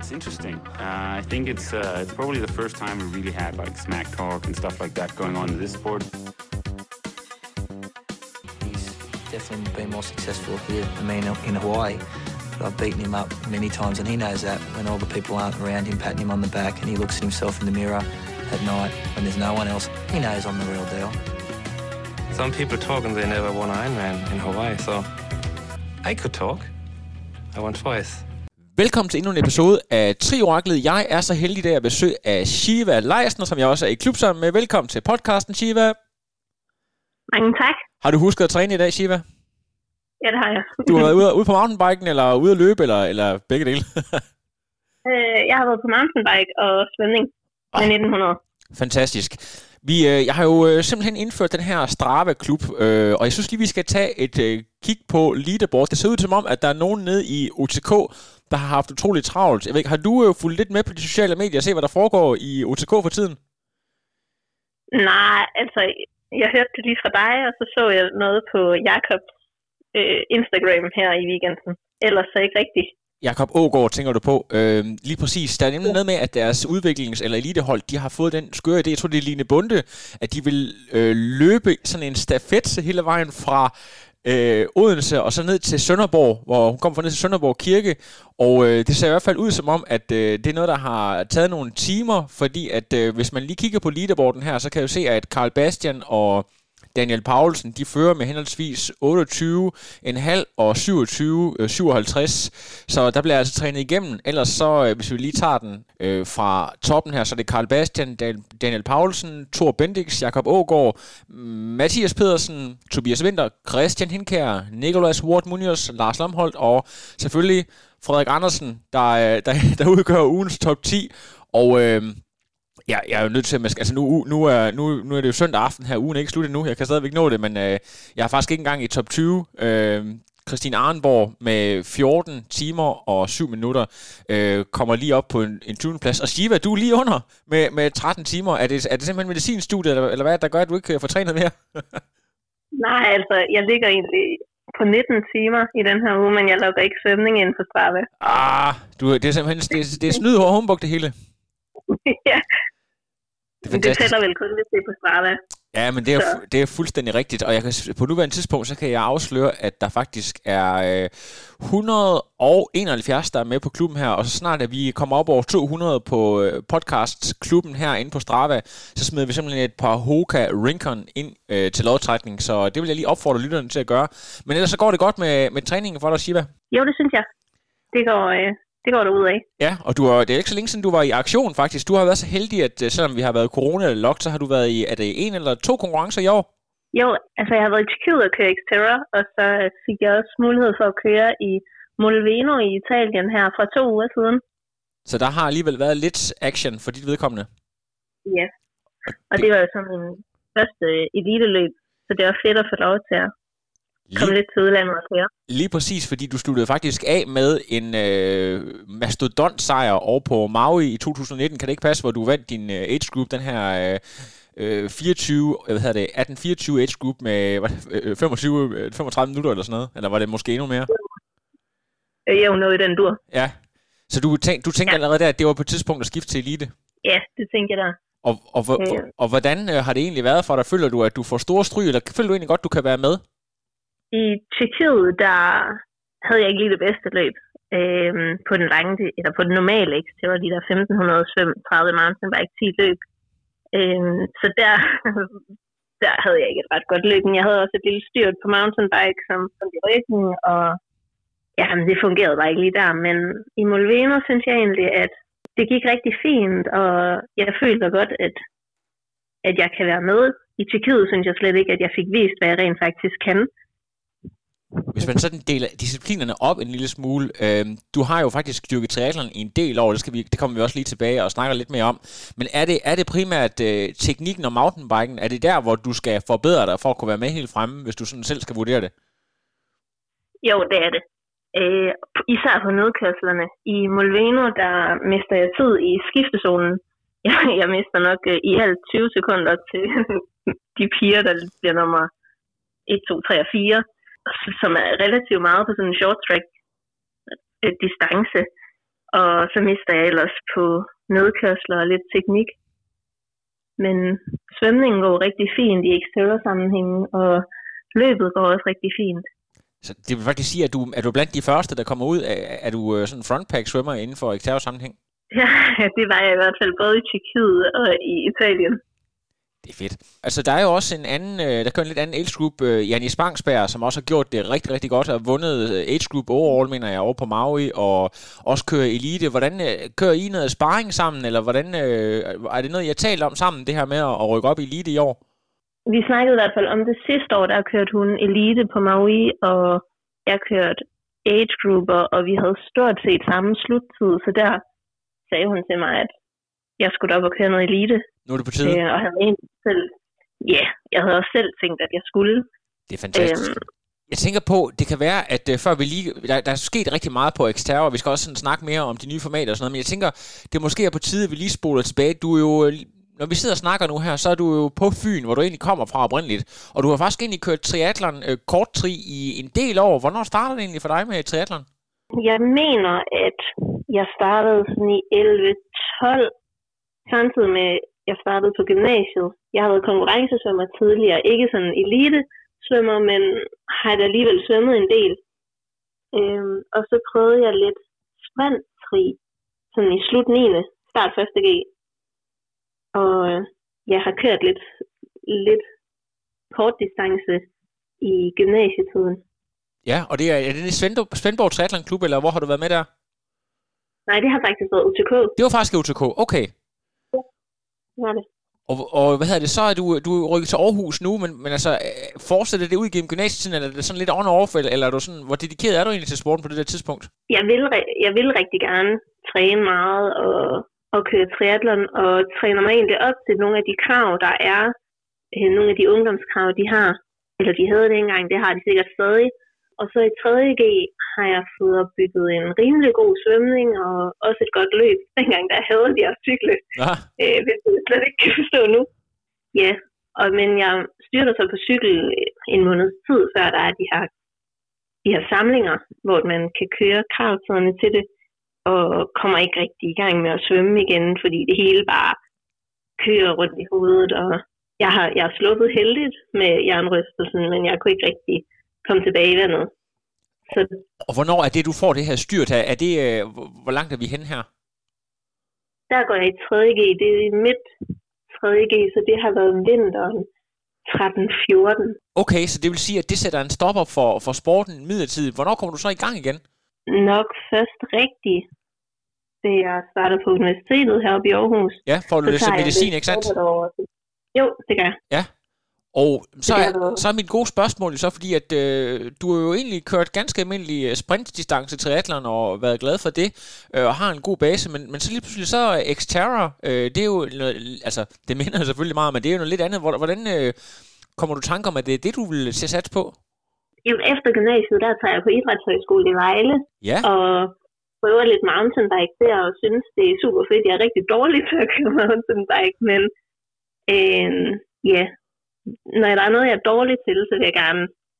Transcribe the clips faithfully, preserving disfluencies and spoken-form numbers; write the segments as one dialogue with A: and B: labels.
A: it's interesting. Uh, I think it's uh, it's probably the first time we really had like smack talk and stuff like that going on in this sport.
B: He's definitely been more successful here than me in Hawaii. But I've beaten him up many times, and he knows that when all the people aren't around him patting him on the back and he looks at himself in the mirror at night when there's no one else, he knows I'm the real deal.
C: Some people talk and they never won Ironman in Hawaii, so I could talk. I won twice.
D: Velkommen til endnu en episode af Tri-oraklet. Jeg er så heldig, at jeg besøg af Shiva Leisner, som jeg også er i klub sammen med. Velkommen til podcasten, Shiva.
E: Mange tak.
D: Har du husket at træne i dag, Shiva?
E: Ja, det har jeg.
D: Du har været ude, ude på mountainbiken, eller ude at løbe, eller, eller begge dele?
E: øh, jeg har været på mountainbike og svømning med oh, nitten hundrede.
D: Fantastisk. Vi, øh, jeg har jo øh, simpelthen indført den her Strava-klub, øh, og jeg synes lige, vi skal tage et øh, kig på leaderboard. Det ser ud som om, at der er nogen nede i O T K, der har haft utroligt travlt. Jeg ved ikke, har du øh, fulgt lidt med på de sociale medier og se, hvad der foregår i O T K for tiden?
E: Nej, altså, jeg hørte det lige fra dig, og så så jeg noget på Jakobs øh, Instagram her i weekenden. Ellers så ikke rigtigt.
D: Jakob Aagaard tænker du på. Øh, lige præcis. Der er nemlig noget med, at deres udviklings- eller elitehold, de har fået den skøre idé, jeg tror det er Line Bunde, at de vil øh, løbe sådan en stafet hele vejen fra øh, Odense og så ned til Sønderborg, hvor hun kommer fra ned til Sønderborg Kirke, og øh, det ser i hvert fald ud som om, at øh, det er noget, der har taget nogle timer, fordi at øh, hvis man lige kigger på leaderboarden her, så kan jeg jo se, at Carl Bastian og Daniel Paulsen, de fører med henholdsvis otteogtyve komma fem og syvogtyve komma syvoghalvtreds, så der bliver altså trænet igennem. Ellers så, hvis vi lige tager den øh, fra toppen her, så er det Carl Bastian, Daniel Paulsen, Thor Bendix, Jakob Aagaard, Mathias Pedersen, Tobias Winter, Christian Hinkær, Nicolas Ward Munoz, Lars Lomholdt og selvfølgelig Frederik Andersen, der, der, der udgør ugens top ti. Og øh, Ja, jeg er jo nødt til at... Altså nu, nu, er, nu, nu er det jo søndag aften her, ugen er ikke slut endnu, jeg kan stadigvæk nå det, men øh, jeg er faktisk ikke engang i top tyve. Øh, Christine Arnborg med fjorten timer og syv minutter øh, kommer lige op på en, en tyvende plads. Og Shiva, du er lige under med, med tretten timer. Er det, er det simpelthen medicinstudiet, eller, eller hvad er det, der gør, at du ikke får trænet mere?
E: Nej, altså, jeg ligger egentlig på nitten timer i den her uge, men jeg logger ikke svømning ind på Strava.
D: Ah, du, det er simpelthen det, det er snyd over humbug det hele.
E: Ja. Det, det tæller vel kun, hvis det er på Strava.
D: Ja, men det er, fu- det er fuldstændig rigtigt, og jeg kan, på nuværende tidspunkt, så kan jeg afsløre, at der faktisk er øh, et hundrede og enoghalvfjerds, der er med på klubben her, og så snart at vi kommer op over to hundrede på øh, podcastklubben her inde på Strava, så smider vi simpelthen et par Hoka Rincon ind øh, til lodtrækning, så det vil jeg lige opfordre lytterne til at gøre. Men ellers så går det godt med, med træningen for dig, Shiva?
E: Jo, det synes jeg. Det går... Øh Det går derud af.
D: Ja, og du har, det er ikke så længe siden, du var i aktion faktisk. Du har været så heldig, at selvom vi har været corona eller locked, så har du været i, er det en eller to konkurrencer i år?
E: Jo, altså jeg har været i Tjekkiet og køre Xterra, og så fik jeg også mulighed for at køre i Molveno i Italien her fra to uger siden.
D: Så der har alligevel været lidt action for dit vedkommende?
E: Ja, og det var jo så min første eliteløb, så det var fedt at få lov til at Kom lidt til udlandet og køre.
D: Lige præcis, fordi du sluttede faktisk af med en øh, mastodont-sejr over på Maui i to tusind nitten. Kan det ikke passe, hvor du vandt din øh, age group, den her øh, fireogtyve, hvad hedder det, atten fireogtyve age group med hvad, øh, femogtyve, femogtredive minutter eller sådan noget? Eller var det måske endnu mere?
E: Jo, noget i den dur.
D: Ja, så du, tænk, du tænkte ja. allerede der, at det var på et tidspunkt at skifte til elite?
E: Ja, det tænkte jeg der.
D: Og, og, og,
E: ja.
D: og, og hvordan øh, har det egentlig været for dig? Føler du, at du får store stryg, eller føler du egentlig godt, du kan være med?
E: I Tjekkiet, der havde jeg ikke lige det bedste løb øhm, på den lange, eller på den normale, ikke? Det var de der femten hundrede svøm, tredive mountainbike, ti løb. Øhm, så der, der havde jeg ikke et ret godt løb, men jeg havde også et lille styrt på mountainbike, som kom i ryggen, og ja, det fungerede bare ikke lige der. Men i Molveno synes jeg egentlig, at det gik rigtig fint, og jeg følte godt, at, at jeg kan være med. I Tjekkiet synes jeg slet ikke, at jeg fik vist, hvad jeg rent faktisk kan.
D: Hvis man sådan deler disciplinerne op en lille smule, øh, du har jo faktisk styrket triathlon i en del år, det, skal vi, det kommer vi også lige tilbage og snakker lidt mere om, men er det, er det primært øh, teknikken og mountainbiken, er det der, hvor du skal forbedre dig for at kunne være med helt fremme, hvis du sådan selv skal vurdere det?
E: Jo, det er det. Øh, især på nedkørslerne. I Molveno, der mister jeg tid i skiftezonen. Jeg, jeg mister nok øh, i alt tyve sekunder til de piger, der bliver nummer et, to, tre og fire. Som er relativt meget på sådan en short track øh, distance. og så mister jeg ellers på nedkørsler og lidt teknik. Men svømningen går rigtig fint i Xterra-sammenhængen, og løbet går også rigtig fint.
D: Så det vil faktisk sige, at du er du blandt de første, der kommer ud? Er, er du sådan frontpack-svømmer inden for Xterra-sammenhæng?
E: Ja, det var jeg i hvert fald både i Tjekkiet og i Italien.
D: Det er fedt. Altså, der er jo også en anden, der kører en lidt anden age group, Janni Spangsberg, som også har gjort det rigtig, rigtig godt, og vundet age group overall, mener jeg, over på Maui, og også kører elite. Hvordan kører I noget sparring sammen, eller hvordan er det noget, I har talt om sammen, det her med at rykke op i elite i år?
E: Vi snakkede i hvert fald om det sidste år, der kørte hun elite på Maui, og jeg kørte age grupper, og vi havde stort set samme sluttid, så der sagde hun til mig, at jeg skulle op og køre noget elite.
D: Nu er det på tide.
E: Øh, og havde egentlig selv, ja, yeah, jeg havde også selv tænkt, at jeg skulle.
D: Det er fantastisk. Øhm, jeg tænker på, det kan være, at uh, før vi lige, der, der er sket rigtig meget på Xterra, og vi skal også sådan snakke mere om de nye formater og sådan noget, men jeg tænker, det måske er på tide, at vi lige spoler tilbage. Du er jo, når vi sidder og snakker nu her, så er du jo på Fyn, hvor du egentlig kommer fra oprindeligt, og du har faktisk egentlig kørt triathlon, uh, kort tri i en del år. Hvornår startede det egentlig for dig med triathlon?
E: Jeg mener, at jeg startede sådan i elleve tolv, samtidig med, jeg startede på gymnasiet. Jeg havde været konkurrencesvømmer tidligere, ikke sådan elite svømmer, men har da alligevel svømmet en del. Øhm, og så prøvede jeg lidt sprintfri, sådan i slut niende, start første G. Og jeg har kørt lidt, lidt kort distance i gymnasietiden.
D: Ja, og det er, er det i Svendborg, Svendborg Triathlon Klub, eller hvor har du været med der?
E: Nej, det har faktisk været U T K.
D: Det var faktisk U T K, okay.
E: Ja, det var det.
D: Og, og hvad hedder det, så er du, du er rykket til Aarhus nu, men, men altså, fortsætter det ud igennem gymnasietiden, eller er det sådan lidt on-off, eller, eller er du sådan, hvor dedikeret er du egentlig til sporten på det der tidspunkt?
E: Jeg vil, jeg vil rigtig gerne træne meget og, og køre triathlon, og træner mig egentlig op til nogle af de krav, der er, nogle af de ungdomskrav, de har, eller de havde det engang, det har de sikkert stadig. Og så i tredje G har jeg fået opbygget en rimelig god svømning, og også et godt løb. Dengang der havde de at cykle, øh, hvis jeg slet ikke kan forstå nu. Ja, og, men jeg styrter så på cykel en måneds tid, før der er de her, de her samlinger, hvor man kan køre kravtiderne til det, og kommer ikke rigtig i gang med at svømme igen, fordi det hele bare kører rundt i hovedet. Og jeg har, jeg har sluppet heldigt med jernrystelsen, men jeg kunne ikke rigtig komme tilbage i vandet. Så.
D: Og hvornår er det, du får det her styrt her? Er det, øh, hvor langt er vi hen her?
E: Der går jeg i tredje G. Det er midt tredje G, så det har været vinteren tretten fjorten.
D: Okay, så det vil sige, at det sætter en stopper for, for sporten midlertidigt. Hvornår kommer du så i gang igen?
E: Nok først rigtigt, da jeg starter på universitetet heroppe i Aarhus.
D: Ja, får du det som medicin, ikke sandt?
E: Jo, det gør jeg.
D: Ja. Og så er, så er mit gode spørgsmål så, fordi at øh, du har jo egentlig kørt ganske almindelig sprintdistance triathlon og været glad for det, øh, og har en god base, men, men så lige pludselig så Xterra, øh, det er jo noget, altså det minder selvfølgelig meget, men det er jo noget lidt andet. Hvordan øh, kommer du tanker om, at det er det, du vil se sats på?
E: Jamen efter gymnasiet, der tager jeg på Idrætshøjskole i Vejle,
D: ja.
E: Og prøver lidt mountainbike der, og synes, det er super fedt. Jeg er rigtig dårlig til at køre mountainbike, men øh, ja, yeah. Når der er noget, jeg er dårlig til, så vil jeg gerne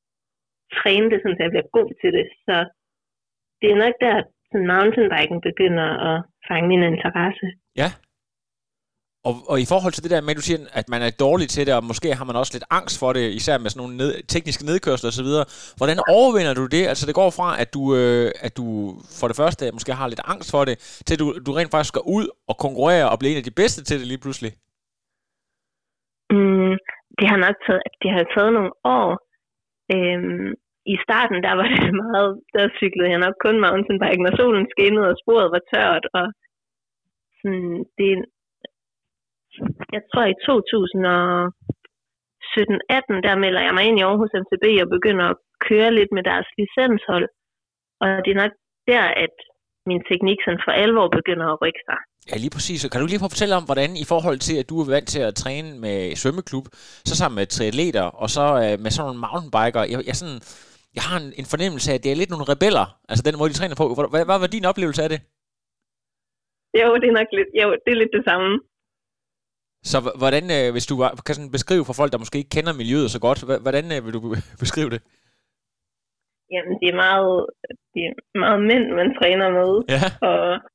E: træne det, så jeg bliver god til det. Så det er nok der, at mountainbiken begynder at fange min interesse.
D: Ja. Og, og i forhold til det der med, at du siger, at man er dårlig til det, og måske har man også lidt angst for det, især med sådan nogle ned, tekniske nedkørsler og så videre. Hvordan overvinder du det? Altså det går fra, at du, øh, at du for det første måske har lidt angst for det, til at du, du rent faktisk skal ud og konkurrere og blive en af de bedste til det lige pludselig.
E: Mm. Det har nok taget, det har taget nogle år. Øhm, I starten, der var det meget, der cyklede jeg nok kun mountainbike, når solen skinnede, og sporet var tørt, og sådan, det, jeg tror i to tusind sytten atten, der melder jeg mig ind i Aarhus M T B og begynder at køre lidt med deres licenshold, og det er nok der, at min teknik sådan for alvor begynder at rykke sig.
D: Ja, lige præcis. Så kan du lige prøve at fortælle om, hvordan i forhold til, at du er vant til at træne med svømmeklub, så sammen med triatleter, og så øh, med sådan nogle mountainbiker. Jeg, jeg, sådan, jeg har en, en fornemmelse af, at det er lidt nogle rebeller, altså den måde, de træner på. Hvad, hvad var din oplevelse af det?
E: Jo, det er nok lidt, jo, det er lidt det samme.
D: Så hvordan, øh, hvis du kan sådan beskrive for folk, der måske ikke kender miljøet så godt, hvordan øh, vil du beskrive det?
E: Jamen, det er meget, det er meget mænd, man træner med,
D: ja.
E: Og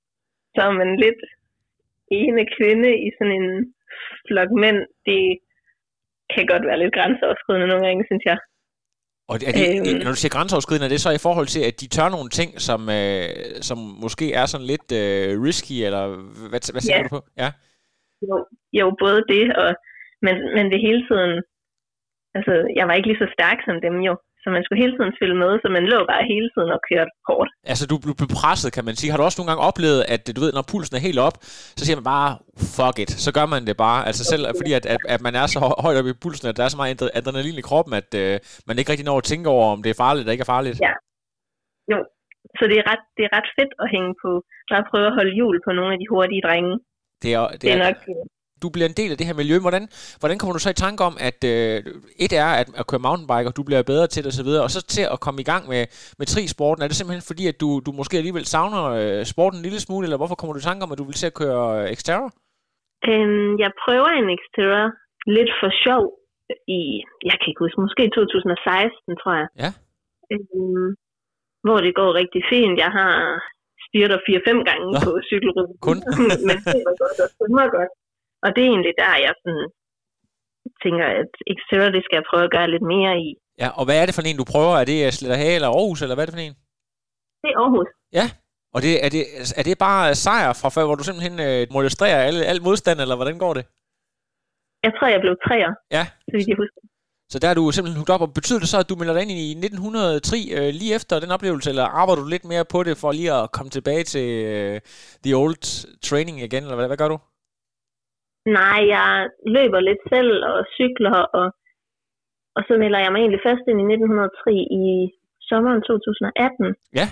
E: så er man lidt ene kvinde i sådan en flok mænd. Det kan godt være lidt grænseoverskridende nogle gange, synes jeg.
D: Og er det, øhm, når du siger grænseoverskridende, er det så i forhold til, at de tør nogle ting, som, øh, som måske er sådan lidt øh, risky, eller hvad, hvad siger ja. du på? Ja.
E: Jo, jo, både det, og, men, men det hele tiden, altså jeg var ikke lige så stærk som dem jo, så man skulle hele tiden følge med, så man lå bare hele tiden og kørte hårdt.
D: Altså du blev presset, kan man sige. Har du også nogle gange oplevet, at du ved, når pulsen er helt op, så siger man bare, fuck it, så gør man det bare. Altså selv fordi, at, at, at man er så højt oppe i pulsen, at der er så meget adrenalin i kroppen, at øh, man ikke rigtig når at tænke over, om det er farligt eller ikke er farligt.
E: Ja, jo. Så det er ret, det er ret fedt at hænge på, bare prøve at holde hjul på nogle af de hurtige drenge.
D: Det er, det, det er nok... Du bliver en del af det her miljø. Hvordan, hvordan kommer du så i tanke om, at øh, et er at, at køre mountainbike, og du bliver bedre til det og så videre, og så til at komme i gang med, med tri-sporten? Er det simpelthen fordi, at du, du måske alligevel savner øh, sporten en lille smule, eller hvorfor kommer du i tanke om, at du vil til at køre øh, Xterra?
E: Øhm, jeg prøver en Xterra lidt for sjov i, jeg kan ikke huske, måske to tusind og seksten, tror jeg.
D: Ja.
E: Øhm, hvor det går rigtig fint. Jeg har styrter fire-fem gange Nå. på cykelruten.
D: Kun?
E: Men det var godt, og det var godt. Og det er egentlig der, jeg sådan, tænker, at Xterra, det skal jeg prøve at gøre lidt mere i.
D: Ja, og hvad er det for en, du prøver? Er det Sletterhage eller Aarhus, eller hvad er det for en?
E: Det er Aarhus.
D: Ja, og det, er, det, er det bare sejr fra før, hvor du simpelthen øh, molestrerer alle, alle modstand, eller hvordan går det?
E: Jeg tror, jeg blev treer,
D: ja.
E: så vidt jeg husker.
D: Så der er du simpelthen hugt op, og betyder det så, at du melder dig ind i nitten hundrede og tre øh, lige efter den oplevelse, eller arbejder du lidt mere på det, for lige at komme tilbage til øh, the old training igen, eller hvad, hvad gør du?
E: Nej, jeg løber lidt selv og cykler, og, og så melder jeg mig egentlig først ind i nitten hundrede og tre i sommeren to tusind og atten.
D: Ja.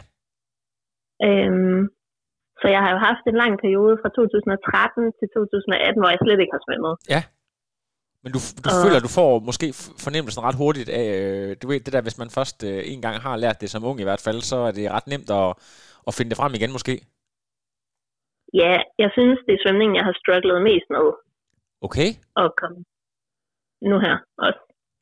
E: Øhm, så jeg har jo haft en lang periode fra to tusind og tretten til to tusind og atten, hvor jeg slet ikke har svømmet.
D: Ja. Men du, du og... føler, du får måske fornemmelsen ret hurtigt af, øh, du ved det der, hvis man først øh, en gang har lært det som ung i hvert fald, så er det ret nemt at, at finde det frem igen måske.
E: Ja, jeg synes, det er svømningen, jeg har strugglet mest med.
D: Okay.
E: Og komme nu her også.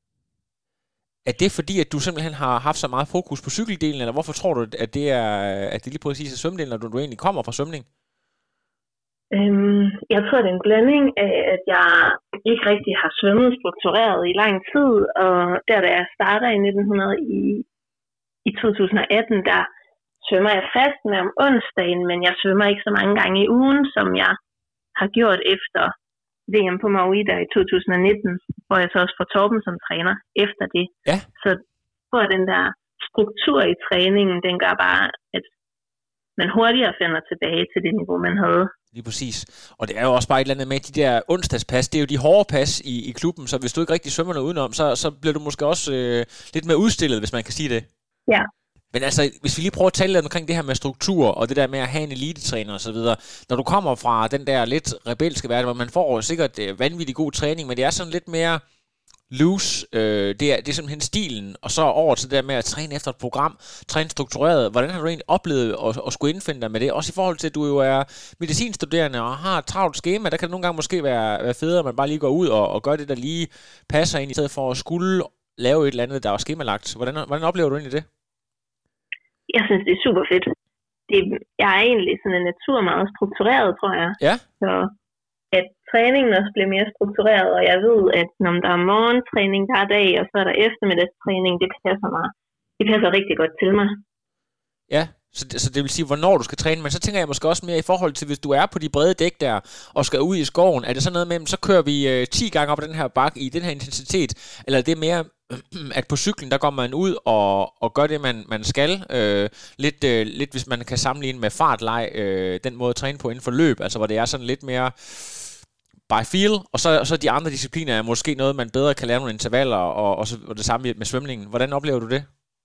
D: Er det fordi, at du simpelthen har haft så meget fokus på cykeldelen, eller hvorfor tror du, at det er, at det lige præcis er svømmedelen, når du, du egentlig kommer fra svømning?
E: Øhm, jeg tror, det er en blanding af, at jeg ikke rigtig har svømmet struktureret i lang tid, og der, da jeg starter i nitten hundrede i, i to tusind og atten, der svømmer jeg fast med om onsdagen, men jeg svømmer ikke så mange gange i ugen, som jeg har gjort efter V M på Maui der i to tusind og nitten, hvor jeg så også får Torben som træner efter det.
D: Ja.
E: Så for den der struktur i træningen, den gør bare, at man hurtigere finder tilbage til det niveau, man havde.
D: Lige præcis. Og det er jo også bare et eller andet med de der onsdagspas. Det er jo de hårde pas i, i klubben, så hvis du ikke rigtig svømmer noget udenom, så, så bliver du måske også øh, lidt mere udstillet, hvis man kan sige det.
E: Ja.
D: Men altså, hvis vi lige prøver at tale lidt omkring det her med struktur, og det der med at have en elitetræner og så videre. Når du kommer fra den der lidt rebelske verden, hvor man får sikkert vanvittig god træning, men det er sådan lidt mere loose, øh, det, er, det er simpelthen stilen, og så over til det der med at træne efter et program, træne struktureret. Hvordan har du egentlig oplevet at, at skulle indfinde dig med det? Også i forhold til, at du jo er medicinstuderende og har et travlt skema, der kan det nogle gange måske være, være federe, at man bare lige går ud og, og gør det, der lige passer ind, i stedet for at skulle lave et eller andet, der er skemalagt. Hvordan, hvordan oplever du egentlig det?
E: Jeg synes, det er super fedt. Det, jeg er egentlig sådan en natur meget struktureret, tror jeg.
D: Ja.
E: Så at træningen også bliver mere struktureret, og jeg ved, at når der er morgentræning hver dag, og så er der eftermiddagstræning, det passer mig. Det passer rigtig godt til mig.
D: Ja, så det, så det vil sige, hvornår du skal træne, men så tænker jeg måske også mere i forhold til, hvis du er på de brede dæk der, og skal ud i skoven, er det sådan noget med, så kører vi øh, ti gange op den her bakke i den her intensitet, eller er det mere, at på cyklen, der går man ud og, og gør det, man, man skal, øh, lidt, øh, lidt hvis man kan sammenligne med fartleg, øh, den måde at træne på inden for løb, altså hvor det er sådan lidt mere by feel, og så, og så de andre discipliner er måske noget, man bedre kan lave nogle intervaller, og, og, så, og det samme med svømningen. Hvordan oplever du det?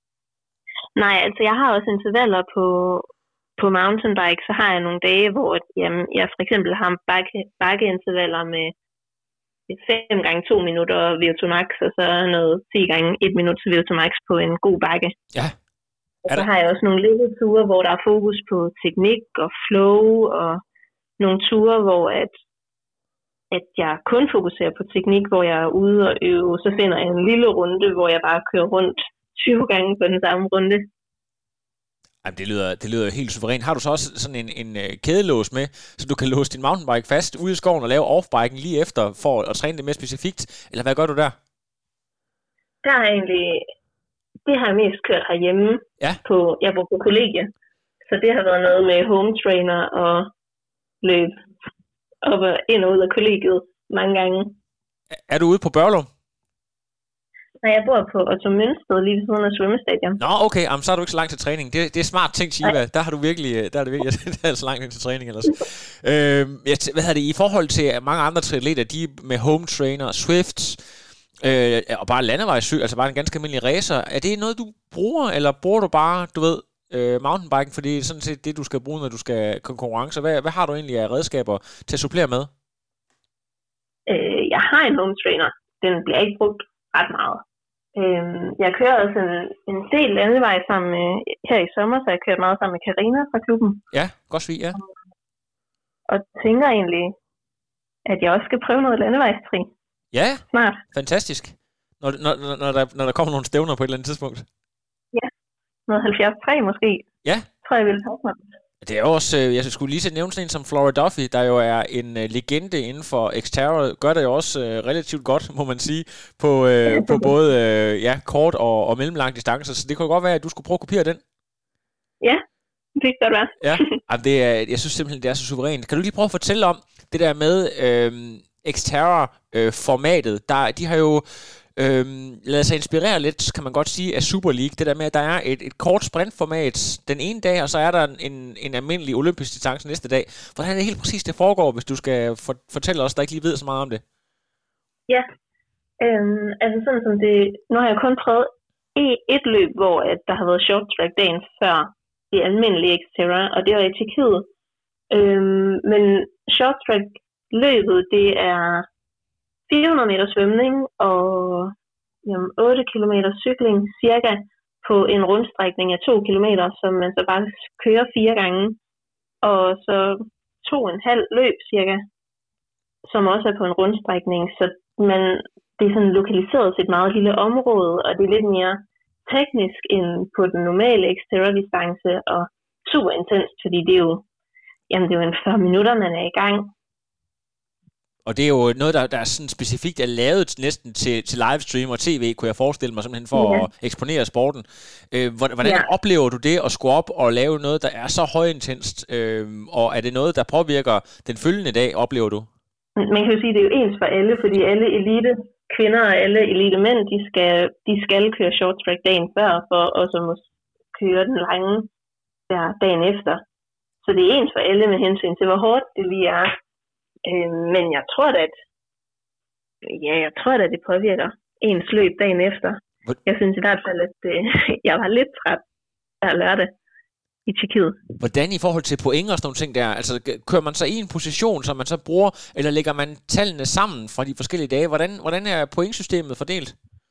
E: Nej, altså jeg har også intervaller på, på mountainbike, så har jeg nogle dage, hvor jamen, jeg for eksempel har bakke, bakkeintervaller med fem gange to minutter V O to max, og så noget ti gange et minut til V O to max på en god bakke.
D: Ja.
E: Og så har jeg også nogle lille ture, hvor der er fokus på teknik og flow, og nogle ture, hvor at, at jeg kun fokuserer på teknik, hvor jeg er ude og øve. Så finder jeg en lille runde, hvor jeg bare kører rundt tyve gange på den samme runde.
D: Jamen, det lyder, det lyder helt suverænt. Har du så også sådan en, en uh, kædelås med, så du kan låse din mountainbike fast ude i skoven og lave off-biken lige efter, for at træne det mere specifikt? Eller hvad gør du der?
E: Der har jeg egentlig... Det har jeg mest kørt herhjemme.
D: Ja.
E: På, jeg bor på kollegie. Så det har været noget med home trainer og løb op og ind og ud af kollegiet mange gange.
D: Er du ude på Børlum?
E: Nej, jeg bor på Otto Mønsted, lige ved siden af svømmestadion.
D: Nå, okay. Jamen, så er du ikke så langt til træning. Det, det er smart ting, Shiva. Der har du virkelig... Der er det virkelig der er så langt ind til træning ellers. øh, jeg, hvad hedder det? I forhold til mange andre triatleter, de med home trainer, Swifts, øh, og bare landevejsø, altså bare en ganske almindelig racer. Er det noget, du bruger, eller bruger du bare, du ved, øh, mountainbiken? Fordi det er sådan set det, du skal bruge, når du skal konkurrence. Hvad, hvad har du egentlig af redskaber til at supplere med?
E: Øh, jeg har en home trainer. Den bliver ikke brugt ret meget. Øhm, jeg kører også en, en del landevej sammen med, her i sommer, så jeg kører meget sammen med Karina fra klubben.
D: Ja, godt svig, ja.
E: Og tænker egentlig, at jeg også skal prøve noget landevejstri.
D: Ja,
E: snart.
D: Fantastisk. Når, når, når, der, når der kommer nogle stævner på et eller andet tidspunkt.
E: Ja, noget halvfjerds tre måske.
D: Ja.
E: Tror jeg vil have mig.
D: Det er også, jeg skulle lige så nævne sådan en som Flora Duffy, der jo er en uh, legende inden for Xterra, gør det jo også uh, relativt godt, må man sige, på, uh, på både uh, ja, kort og, og mellemlang distancer, så det kunne godt være, at du skulle prøve at kopiere den.
E: Ja, det kan godt være.
D: Ja, altså, det er, jeg synes simpelthen, det er så suverænt. Kan du lige prøve at fortælle om det der med uh, Xterra-formatet? Uh, der, de har jo Øhm, lad sig inspirere lidt, kan man godt sige, af Super League. Det der med, at der er et, et kort sprintformat den ene dag, og så er der en, en almindelig olympisk distance næste dag. Hvordan er det helt præcis, det foregår, hvis du skal for, fortælle os, der ikke lige ved så meget om det?
E: Ja, øhm, altså sådan som det... Nu har jeg kun prøvet et løb, hvor at der har været short track dagen før det almindelige Xterra, og det var i Tjekkiet. Øhm, men short track løbet, det er fire hundrede meter svømning og jamen, otte kilometer cykling cirka på en rundstrækning af to kilometer, som man så bare kører fire gange. Og så to og en halv løb cirka, som også er på en rundstrækning. Så man, det er sådan lokaliseret til et meget lille område, og det er lidt mere teknisk end på den normale Xterra-distance, og super intenst, fordi det er jo, jamen, det er jo en fyrre minutter, man er i gang.
D: Og det er jo noget, der, der er sådan specifikt er lavet næsten til, til livestream og tv, kunne jeg forestille mig, simpelthen for ja. at eksponere sporten. Øh, hvordan ja. oplever du det at skulle op og lave noget, der er så højintenst? Øh, og er det noget, der påvirker den følgende dag, oplever du?
E: Man kan jo sige, at det er jo ens for alle, fordi alle elite kvinder og alle elite mænd, de skal, de skal køre short track dagen før, for også at køre den lange der dagen efter. Så det er ens for alle med hensyn til, hvor hårdt det lige er. Øh, men jeg tror da, at ja, jeg tror da, at det påvirker ens løb dagen efter. What? Jeg synes i hvert fald, at øh, jeg var lidt træt der lørdag i Tjekkiet.
D: Hvordan i forhold til point og sådan nogle ting der? Altså, kører man så i en position, som man så bruger, eller lægger man tallene sammen fra de forskellige dage? Hvordan, hvordan er pointsystemet fordelt?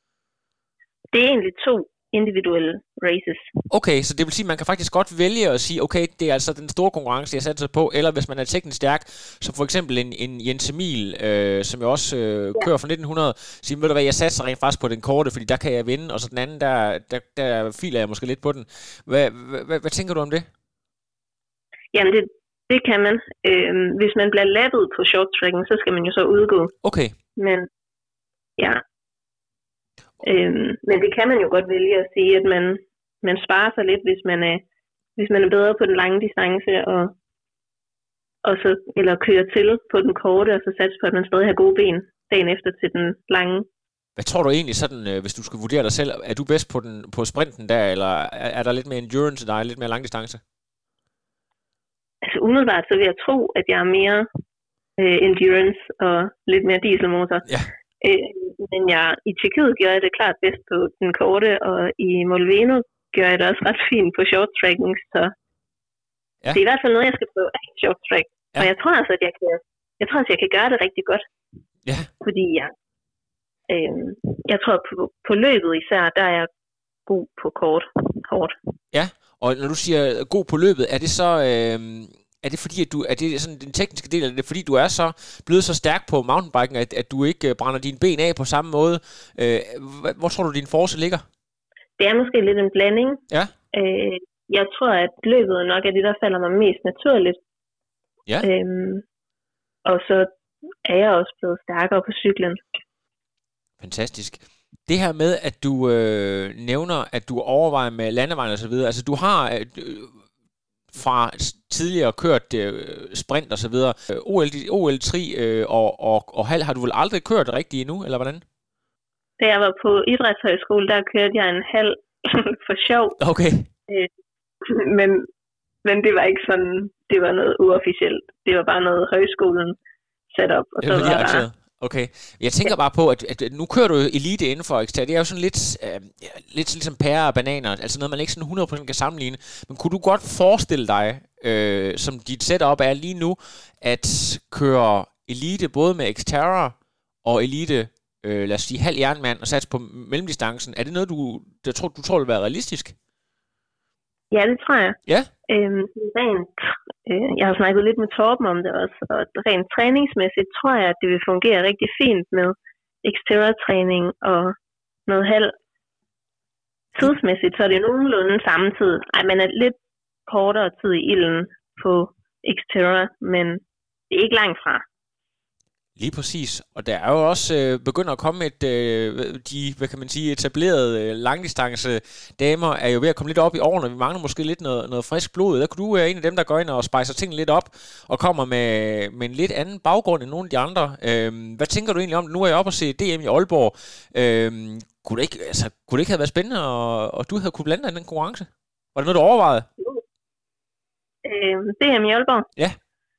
E: Det er egentlig to individuelle races.
D: Okay, så det vil sige, at man kan faktisk godt vælge at sige, okay, det er altså den store konkurrence, jeg satser på, eller hvis man er teknisk stærk, som for eksempel en, en Jens Emil, øh, som jo også øh, ja. kører fra nitten hundrede, siger, ved du hvad, jeg satser rent faktisk på den korte, fordi der kan jeg vinde, og så den anden, der, der, der filer jeg måske lidt på den. Hvad, hvad, hvad tænker du om det?
E: Jamen, det, det kan man. Øh, hvis man bliver lappet på short tracken, så skal man jo så udgå.
D: Okay.
E: Men, ja, Øhm, men det kan man jo godt vælge at sige, at man, man sparer sig lidt, hvis man er, hvis man er bedre på den lange distance, og, og så, eller kører til på den korte, og så satser på, at man stadig har gode ben dagen efter til den lange.
D: Hvad tror du egentlig sådan, hvis du skal vurdere dig selv, er du bedst på, den, på sprinten der, eller er, er der lidt mere endurance end dig, lidt mere lang distance?
E: Altså umiddelbart så vil jeg tro, at jeg er mere øh, endurance og lidt mere dieselmotor.
D: Ja.
E: Øh, men jeg, i Tjekkiet gjorde jeg det klart bedst på den korte, og i Molveno gjorde jeg det også ret fint på short tracking, så ja. Det er i hvert fald noget, jeg skal prøve af short track. Ja. Og jeg tror altså, at jeg kan, jeg tror altså, jeg kan gøre det rigtig godt.
D: Ja.
E: Fordi jeg, øh, jeg tror på, på løbet især, der er jeg god på kort, hårdt.
D: Ja, og når du siger god på løbet, er det så... Øh... Er det fordi, at du, er det sådan den tekniske del, eller er det fordi, du er så blevet så stærk på mountainbiken, at, at du ikke brænder dine ben af på samme måde? Øh, hvor tror du, din force ligger?
E: Det er måske lidt en blanding.
D: Ja.
E: Øh, jeg tror, at løbet nok er det, der falder mig mest naturligt.
D: Ja.
E: Øhm, og så er jeg også blevet stærkere på cyklen.
D: Fantastisk. Det her med, at du øh, nævner, at du overvejer med landevejen og så videre, altså du har øh, fra tidligere kørt øh, sprint og så videre, O L, O L tre øh, og, og, og halv har du vel aldrig kørt rigtigt endnu, eller hvordan?
E: Da jeg var på idrætshøjskole, der kørte jeg en halv for sjov.
D: Okay.
E: Øh, men, men det var ikke sådan, det var noget uofficielt. Det var bare noget højskolen sat op. Og så var der...
D: Okay. Jeg tænker bare på, at, at nu kører du elite inden for Xterra. Det er jo sådan lidt, øh, lidt ligesom pærer og bananer. Altså noget, man ikke sådan hundrede procent kan sammenligne. Men kunne du godt forestille dig, øh, som dit setup er lige nu, at køre elite både med Xterra og elite, øh, lad os sige, halv jernmand og satse på mellemdistancen? Er det noget, du, der tror, du tror vil være realistisk?
E: Ja, det tror jeg.
D: Ja?
E: Øhm, rent, øh, jeg har snakket lidt med Torben om det også, og rent træningsmæssigt tror jeg, at det vil fungere rigtig fint med Xterra-træning og noget halv. Tidsmæssigt, så er det nogenlunde samme tid. Ej, man er lidt kortere tid i ilden på Xterra, men det er ikke langt fra.
D: Lige præcis. Og der er jo også øh, begynder at komme et, øh, de, hvad kan man sige, etablerede øh, langdistance damer er jo ved at komme lidt op i årene. Vi mangler måske lidt noget, noget frisk blod. Der kunne du være en af dem, der går ind og spejser tingene lidt op og kommer med, med en lidt anden baggrund end nogle af de andre. Øh, hvad tænker du egentlig om det? Nu er jeg oppe og se D M i Aalborg. Øh, kunne, det ikke, altså, kunne det ikke have været spændende, og, og du havde kunne blande dig i den konkurrence? Var det noget, du overvejede?
E: Øh, D M i Aalborg?
D: Ja.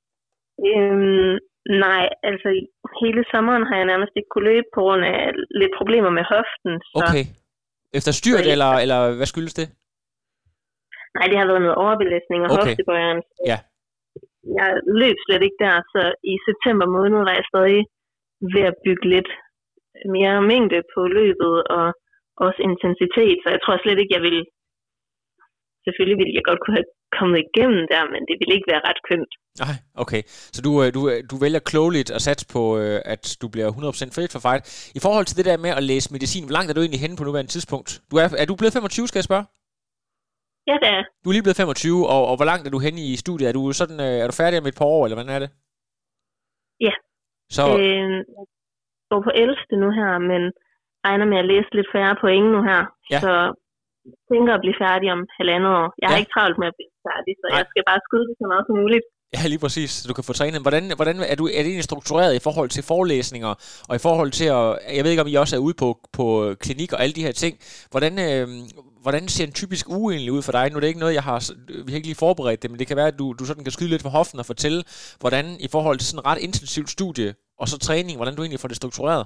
E: Øh, Nej, altså hele sommeren har jeg nærmest ikke kunne løbe på grund af lidt problemer med hoften. Så...
D: Okay. Efter styrt, eller, eller hvad skyldes det?
E: Nej, det har været noget overbelastning og
D: okay.
E: hoftebøjeren.
D: Ja.
E: Jeg løb slet ikke der, så i september måned var jeg stadig ved at bygge lidt mere mængde på løbet og også intensitet, så jeg tror slet ikke, jeg ville... Selvfølgelig ville jeg godt kunne have kommet igennem der, men det ville ikke være ret kønt.
D: Nej, okay. Så du, du, du vælger klogeligt at satse på, at du bliver hundrede procent fit for fight. I forhold til det der med at læse medicin, hvor langt er du egentlig henne på nuværende tidspunkt? Du er, er du blevet femogtyve, skal jeg spørge?
E: Ja, det er.
D: Du er lige blevet femogtyve, og, og hvor langt er du henne i studiet? Er du, sådan, er du færdig om et par år, eller hvordan er det?
E: Ja.
D: Så...
E: Øh, jeg går på ellevte nu her, men regner med at læse lidt færre point nu her.
D: Ja. Så
E: jeg tænker at blive færdig om halvandet år. Jeg har ja. ikke travlt med at blive færdig, så Nej. jeg skal bare skyde det så meget som muligt.
D: Ja, lige præcis. Så du kan få trænet. Hvordan, hvordan er, du, er det egentlig struktureret i forhold til forelæsninger, og i forhold til at... Jeg ved ikke, om I også er ude på, på klinik og alle de her ting. Hvordan, øh, hvordan ser en typisk uge egentlig ud for dig? Nu er det ikke noget, jeg har... Vi har ikke lige forberedt det, men det kan være, at du, du sådan kan skyde lidt for hoften og fortælle, hvordan i forhold til sådan et ret intensivt studie, og så træning, hvordan du egentlig får det struktureret.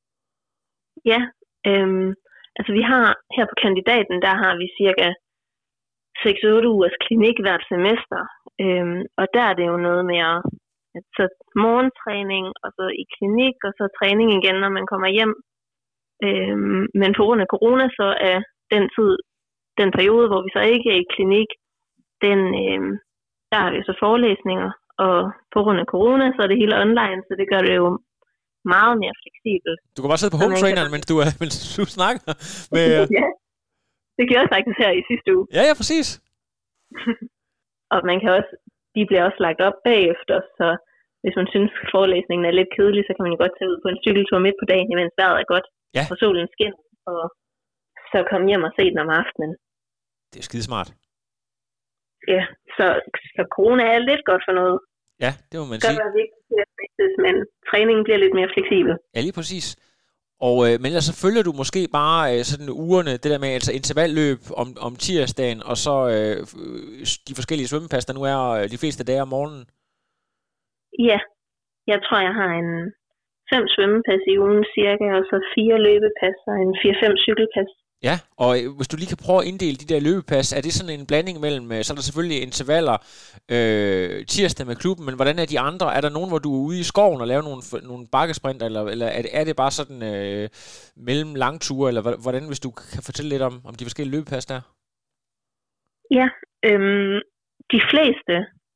E: Ja, øhm, altså vi har her på kandidaten, der har vi cirka seks otte ugers klinik hvert semester, øhm, og der er det jo noget med at, så morgentræning, og så i klinik, og så træning igen, når man kommer hjem. Øhm, men på grund af corona, så er den tid, den periode, hvor vi så ikke er i klinik, den, øhm, der har vi så forelæsninger, og på grund af corona, så er det hele online, så det gør det jo meget mere fleksibelt.
D: Du kan bare sidde på home traineren, mens du, mens du snakker med...
E: Ja, det gjorde jeg faktisk her i sidste uge.
D: Ja, ja, præcis.
E: Og man kan også, de bliver også lagt op bagefter, så hvis man synes, forelæsningen er lidt kedelig, så kan man jo godt tage ud på en cykeltur midt på dagen, mens vejret er godt,
D: ja.
E: og solen skinner, og så komme hjem og se den om aftenen.
D: Det er skidesmart.
E: Ja, så, så corona er lidt godt for noget.
D: Ja, det må man
E: sige. Det kan være vigtigt, men træningen bliver lidt mere fleksibel.
D: Ja, lige præcis. Og, øh, men ellers så følger du måske bare øh, sådan ugerne, det der med altså intervalløb om, om tirsdagen, og så øh, de forskellige svømmepas, der nu er øh, de fleste dage om morgenen?
E: Ja, jeg tror, jeg har en fem svømmepas i ugen cirka, og så fire løbepas og en fire-fem cykelpas.
D: Ja, og hvis du lige kan prøve at inddele de der løbepas, er det sådan en blanding mellem, så er der selvfølgelig intervaller øh, tirsdag med klubben, men hvordan er de andre? Er der nogen, hvor du er ude i skoven og laver nogle, nogle bakkesprint, eller, eller er, det, er det bare sådan øh, mellem langture, eller hvordan, hvis du kan fortælle lidt om, om de forskellige løbepas der?
E: Ja, øhm, de fleste,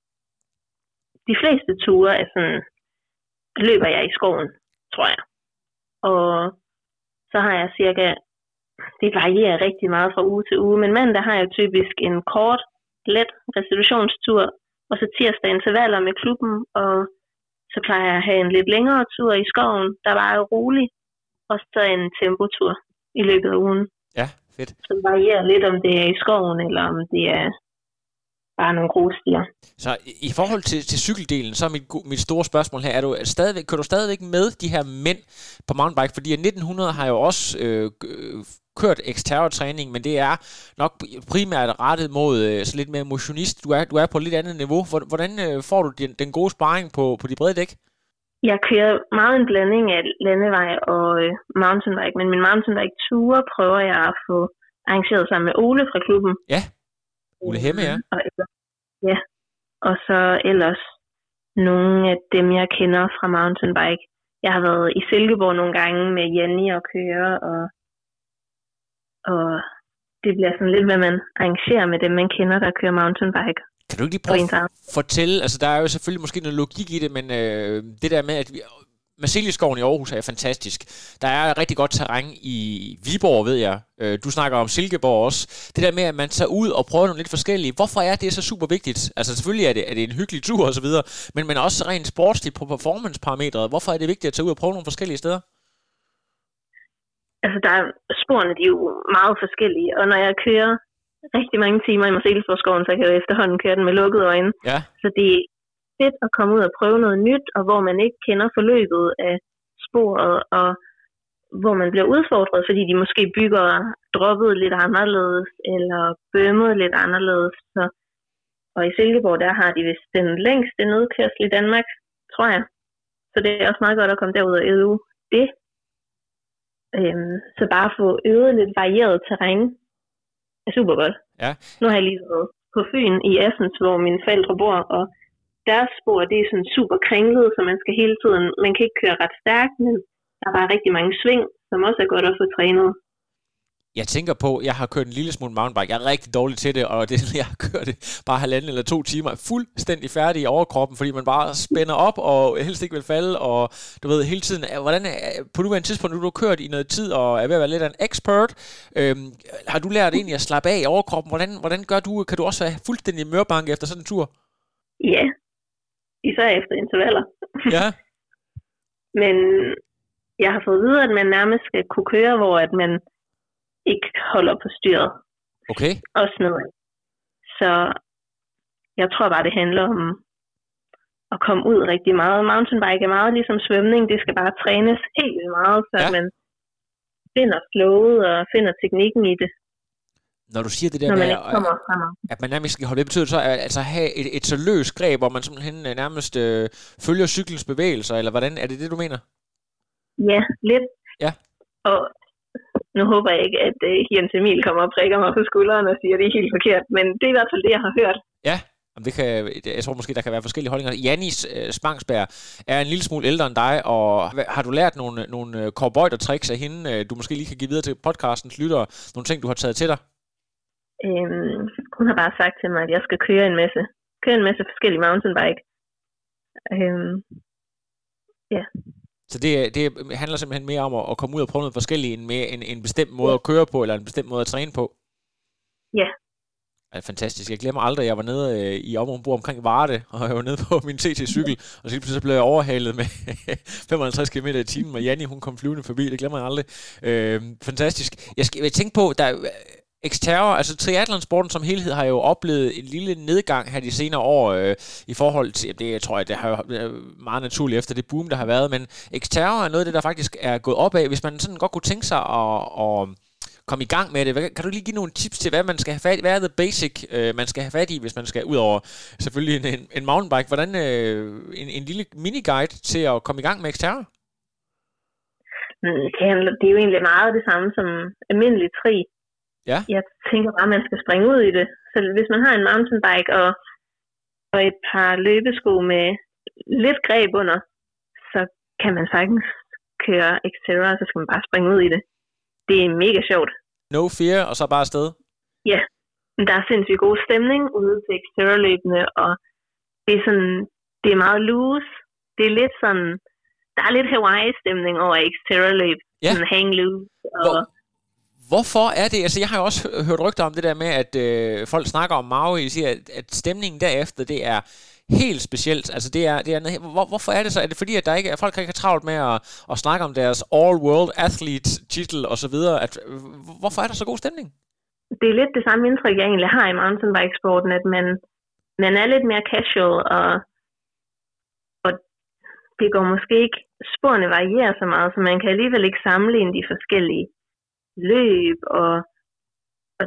E: de fleste ture er sådan, løber jeg i skoven, tror jeg. Og så har jeg cirka... Det varierer rigtig meget fra uge til uge, men mandag har jeg typisk en kort let restitutionstur, og så tirsdag intervaller med klubben, og så plejer jeg at have en lidt længere tur i skoven, der var jo rolig, og så en tempotur i løbet af ugen.
D: Ja, fedt.
E: Så det varierer lidt, om det er i skoven, eller om det er bare nogle grusstier.
D: Så i forhold til, til cykeldelen, så er mit, mit store spørgsmål her, er du stadigvæk, kører du stadigvæk med de her mænd på mountainbike? Fordi nitten hundrede har jo også øh, kørt eksterror-træning, men det er nok primært rettet mod øh, så lidt mere motionist. Du er, du er på et lidt andet niveau. Hvordan øh, får du den, den gode sparring på, på de brede dæk?
E: Jeg kører meget en blanding af landevej og øh, mountainbike, men min mountainbike-ture prøver jeg at få arrangeret sammen med Ole fra klubben.
D: Ja, Ole Hemme, ja.
E: Og, ja, og så ellers nogle af dem, jeg kender fra mountainbike. Jeg har været i Silkeborg nogle gange med Janni og køre, og, og det bliver sådan lidt, hvad man arrangerer med dem, man kender, der kører mountainbike.
D: Kan du ikke lige prøve at fortælle, altså der er jo selvfølgelig måske noget logik i det, men øh, det der med, at vi, Marselisskoven i Aarhus er fantastisk. Der er rigtig godt terræn i Viborg, ved jeg. Øh, du snakker om Silkeborg også. Det der med, at man tager ud og prøver nogle lidt forskellige. Hvorfor er det så super vigtigt? Altså selvfølgelig er det, er det en hyggelig tur og så videre, men, men også rent sportsligt på performance-parametret. Hvorfor er det vigtigt at tage ud og prøve nogle forskellige steder?
E: Altså der er, sporene de er jo meget forskellige, og når jeg kører rigtig mange timer i Marselisborgskoven, så kan jeg efterhånden køre den med lukkede øjne.
D: Ja.
E: Så det er fedt at komme ud og prøve noget nyt, og hvor man ikke kender forløbet af sporet, og hvor man bliver udfordret, fordi de måske bygger droppet lidt anderledes, eller bømmet lidt anderledes. Så, og i Silkeborg, der har de vist den længste nedkørsel i Danmark, tror jeg. Så det er også meget godt at komme derud og øve det. Øhm, så bare få øvet lidt varieret terræn er super godt.
D: Ja.
E: Nu har jeg lige været på Fyn i Assens, hvor mine forældre bor, og deres spor, det er sådan super kringlet, så man skal hele tiden, man kan ikke køre ret stærkt, men der er bare rigtig mange sving, som også er godt at få trænet.
D: Jeg tænker på, jeg har kørt en lille smule mountainbike. Jeg er rigtig dårlig til det, og det, jeg har kørt det bare halvanden eller to timer, fuldstændig færdig i overkroppen, fordi man bare spænder op og helst ikke vil falde, og du ved hele tiden, hvordan på nuværende tidspunkt, nu har du kørt i noget tid og er ved at være lidt af en expert, øhm, har du lært egentlig at slappe af i overkroppen? Hvordan, hvordan gør du, kan du også være fuldstændig mørbank efter sådan en tur?
E: Ja, især efter intervaller.
D: Ja.
E: Men jeg har fået at vide, at man nærmest skal kunne køre, hvor at man ikke holder på styret.
D: Okay.
E: Også noget. Så jeg tror bare, det handler om at komme ud rigtig meget. Mountainbike er meget ligesom svømning. Det skal bare trænes helt vildt meget, så ja. Man finder flowet og finder teknikken i det.
D: Når du siger det der med, at man nærmest skal holde det, betyder det så at altså have et, et så løst greb, hvor man simpelthen nærmest øh, følger cyklens bevægelser, eller hvordan er det det, du mener?
E: Ja, lidt.
D: Ja.
E: Og nu håber jeg ikke, at uh, Jens Emil kommer og prikker mig på skulderen og siger, at det er helt forkert, men det er i hvert fald det, jeg har hørt.
D: Ja, det kan, jeg tror måske, der kan være forskellige holdninger. Jannis uh, Spangsberg er en lille smule ældre end dig, og har du lært nogle, nogle cowboy-tricks af hende, uh, du måske lige kan give videre til podcastens lyttere, nogle ting, du har taget til dig?
E: Øhm, hun har bare sagt til mig, at jeg skal køre en masse, køre en masse forskellige mountainbike. Øhm, ja.
D: Så det, det handler simpelthen mere om at komme ud og prøve noget forskelligt end med en, en bestemt måde at køre på, eller en bestemt måde at træne på?
E: Ja.
D: Det er fantastisk. Jeg glemmer aldrig, at jeg var nede øh, i området omkring Varde, og jeg var nede på min T T-cykel, og så pludselig blev jeg overhalet med femoghalvtreds kilometer i timen, og Janni, hun kom flyvende forbi. Det glemmer jeg aldrig. Øh, fantastisk. Jeg, skal, jeg tænker på, der Xterra, altså triathlonsporten som helhed har jo oplevet en lille nedgang her de senere år øh, i forhold til, det jeg tror jeg, det har jo meget naturligt efter det boom, der har været, men Xterra er noget af det, der faktisk er gået op af. Hvis man sådan godt kunne tænke sig at, at komme i gang med det, kan du lige give nogle tips til, hvad man skal have fat i? Hvad er the basic, øh, man skal have fat i, hvis man skal ud over selvfølgelig en, en, en mountainbike? Hvordan øh, en, en lille mini-guide til at komme i gang med Xterra?
E: Det er jo egentlig meget det samme som almindelig tri.
D: Ja.
E: Jeg tænker bare, at man skal springe ud i det. Så hvis man har en mountainbike og, og et par løbesko med lidt greb under, så kan man sagtens køre Xterra, så skal man bare springe ud i det. Det er mega sjovt.
D: No fear, og så bare afsted?
E: Ja, men der er sindssygt god stemning ude til Xterra-løbene, og det er sådan, det er meget loose. Det er lidt sådan, der er lidt Hawaii-stemning over Xterra-løb.
D: Ja.
E: Sådan hang loose. Og
D: Hvor, Hvorfor er det, altså jeg har jo også hørt rygter om det der med, at øh, folk snakker om Maui, de siger, at, at stemningen derefter, det er helt specielt. Altså det er, det er hvor, hvorfor er det så? Er det fordi, at der ikke, at folk ikke har travlt med at, at snakke om deres all-world athlete titel og så videre? At, hvorfor er der så god stemning?
E: Det er lidt det samme indtryk, jeg egentlig har i mountainbikesporten, at man, man er lidt mere casual, og, og det går måske ikke, sporene varierer så meget, så man kan alligevel ikke sammenligne de forskellige løb, og, og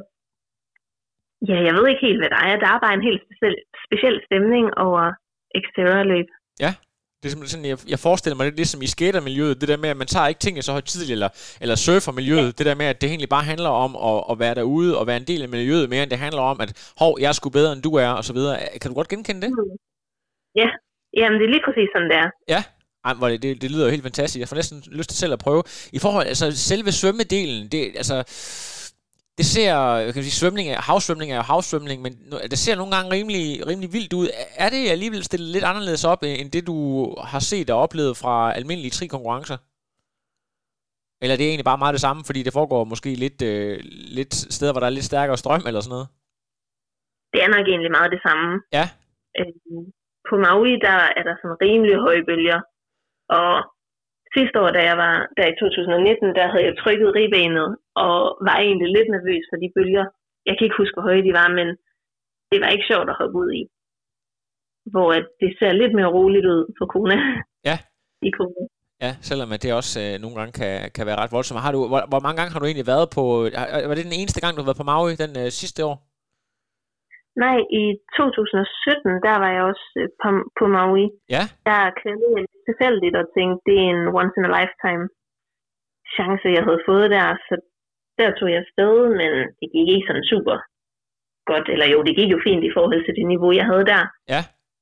E: ja, jeg ved ikke helt, hvad der er. Der er bare en helt speciel, speciel stemning over Xterra-løb.
D: Ja, det er simpelthen sådan, jeg, jeg forestiller mig, det er ligesom i skatermiljøet, det der med, at man tager ikke tingene så højtideligt, eller, eller surfermiljøet, ja. Det der med, at det egentlig bare handler om at, at være derude og være en del af miljøet, mere end det handler om, at hov, jeg er sgu bedre, end du er, og så videre. Kan du godt genkende det?
E: Mm. Ja, jamen det er lige præcis sådan, det er.
D: Ja. Ej, det, det, det lyder jo helt fantastisk. Jeg får næsten lyst til selv at prøve. I forhold, altså selve svømmedelen, det, altså, det ser, jeg kan sige, svømning er, havsvømning er jo havsvømning, men det ser nogle gange rimelig, rimelig vildt ud. Er det alligevel stillet lidt anderledes op, end det du har set og oplevet fra almindelige tri-konkurrencer? Eller er det egentlig bare meget det samme, fordi det foregår måske lidt, øh, lidt steder, hvor der er lidt stærkere strøm eller sådan noget?
E: Det er nok egentlig meget det samme.
D: Ja.
E: Øh, på Maui, der er der sådan rimelig høje bølger. Og sidste år, da jeg var der i to tusind nitten, der havde jeg trykket ribbenet og var egentlig lidt nervøs for de bølger. Jeg kan ikke huske, hvor høje de var, men det var ikke sjovt at hoppe ud i. Hvor det ser lidt mere roligt ud for Kona.
D: Ja.
E: I Kona.
D: Ja, selvom det også øh, nogle gange kan, kan være ret voldsomt. Har du, hvor, hvor mange gange har du egentlig været på... Var det den eneste gang, du har været på Maui den øh, sidste år?
E: Nej, i to tusind sytten, der var jeg også øh, på, på Maui.
D: Ja. Der
E: klædte jeg lidt tilfældigt og tænkte, det er en once in a lifetime chance, jeg havde fået der. Så der tog jeg afsted, men det gik ikke sådan super godt. Eller jo, det gik jo fint i forhold til det niveau, jeg havde der.
D: Ja.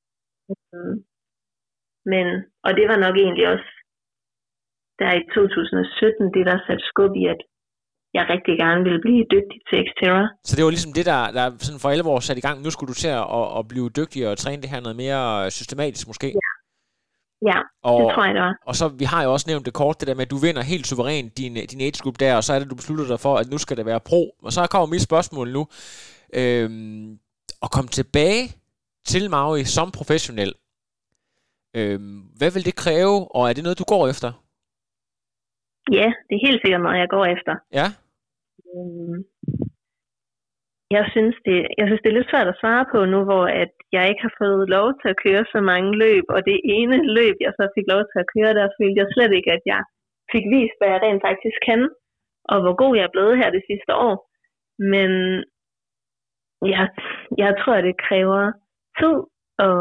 E: Men, og det var nok egentlig også der i to tusind sytten, det der satte skub i, at jeg rigtig gerne ville blive dygtig til Xterra.
D: Så det var ligesom det, der, der sådan for alvor sat i gang. Nu skulle du til at, at blive dygtig og træne det her noget mere systematisk måske.
E: Ja, ja
D: og,
E: det tror jeg, det var.
D: Og så, vi har jo også nævnt det kort, det der med, at du vinder helt suverænt din, din age group der, og så er det, du beslutter dig for, at nu skal det være pro. Og så kommer mit spørgsmål nu. Øhm, at komme tilbage til Maui som professionel. Øhm, hvad vil det kræve, og er det noget, du går efter?
E: Ja, det er helt sikkert noget, jeg går efter.
D: Ja.
E: Um, jeg synes, det, jeg synes, det er lidt svært at svare på nu, hvor at jeg ikke har fået lov til at køre så mange løb, og det ene løb, jeg så fik lov til at køre, der følte jeg slet ikke, at jeg fik vist, hvad jeg rent faktisk kan, og hvor god jeg er blevet her det sidste år. Men jeg, jeg tror, at det kræver tid og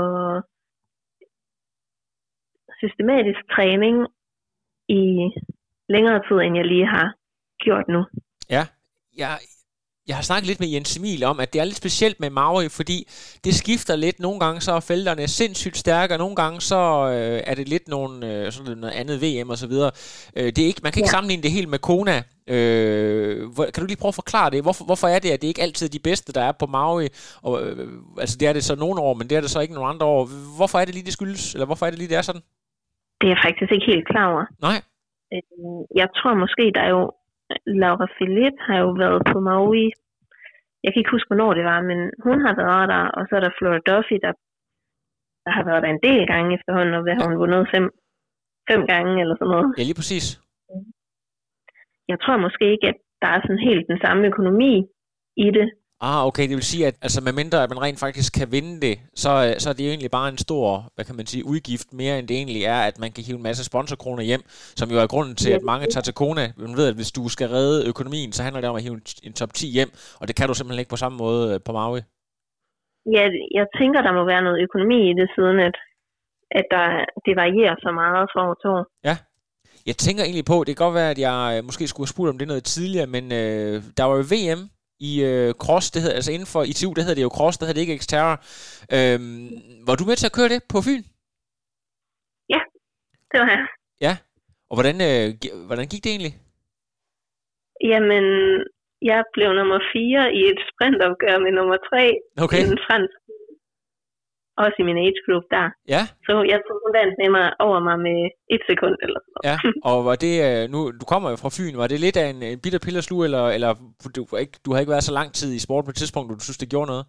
E: systematisk træning i længere tid, end jeg lige har gjort nu.
D: Ja, jeg, jeg har snakket lidt med Jens Emil om, at det er lidt specielt med Maui, fordi det skifter lidt. Nogle gange så er felterne sindssygt stærke, og nogle gange så øh, er det lidt nogle, øh, sådan noget andet V M og så videre. Øh, det er ikke, man kan ikke ja. sammenligne det helt med Kona. Øh, hvor, kan du lige prøve at forklare det? Hvorfor, hvorfor er det, at det ikke altid er de bedste, der er på Maui? Og, øh, altså det er det så nogle år, men det er det så ikke nogle andre år. Hvorfor er det lige, det skyldes? Eller hvorfor er det lige, det er sådan?
E: Det er jeg faktisk ikke helt klar over.
D: Nej.
E: Jeg tror måske, der er jo Laura Philippe har jo været på Maui. Jeg kan ikke huske, hvornår det var, men hun har været der, og så er der Flora Duffy, der, der har været der en del gange efterhånden, og har hun vundet fem, fem gange eller sådan noget.
D: Ja, lige præcis.
E: Jeg tror måske ikke, at der er sådan helt den samme økonomi i det.
D: Ah, okay, det vil sige, at altså, med mindre at man rent faktisk kan vinde det, så, så er det jo egentlig bare en stor, hvad kan man sige, udgift, mere end det egentlig er, at man kan hive en masse sponsorkroner hjem, som jo er grunden til, at mange tager til Kona. Man ved, at hvis du skal redde økonomien, så handler det om at hive en, en top ti hjem, og det kan du simpelthen ikke på samme måde på Maui.
E: Ja, jeg tænker, der må være noget økonomi i det, siden at, at der, det varierer så meget fra år til år.
D: Ja. Jeg tænker egentlig på, det kan godt være, at jeg måske skulle have spurgt om det noget tidligere, men øh, der var jo V M i øh, cross, det hedder, altså inden for I T U, det hedder det jo cross, det hedder det ikke Xterra. Øhm, var du med til at køre det på Fyn?
E: Ja, det var jeg.
D: Ja, og hvordan, øh, hvordan gik det egentlig?
E: Jamen, jeg blev nummer fire i et sprintopgør med nummer tre
D: okay.
E: i en fransk. også i min age group der.
D: Ja.
E: Så jeg tror, hun vandt med mig over mig med et sekund eller sådan noget.
D: Ja, og var det, nu, du kommer jo fra Fyn, var det lidt af en, en bitter pillerslue, eller, eller du, ikke, du har ikke været så lang tid i sport på et tidspunkt, du synes, det gjorde noget?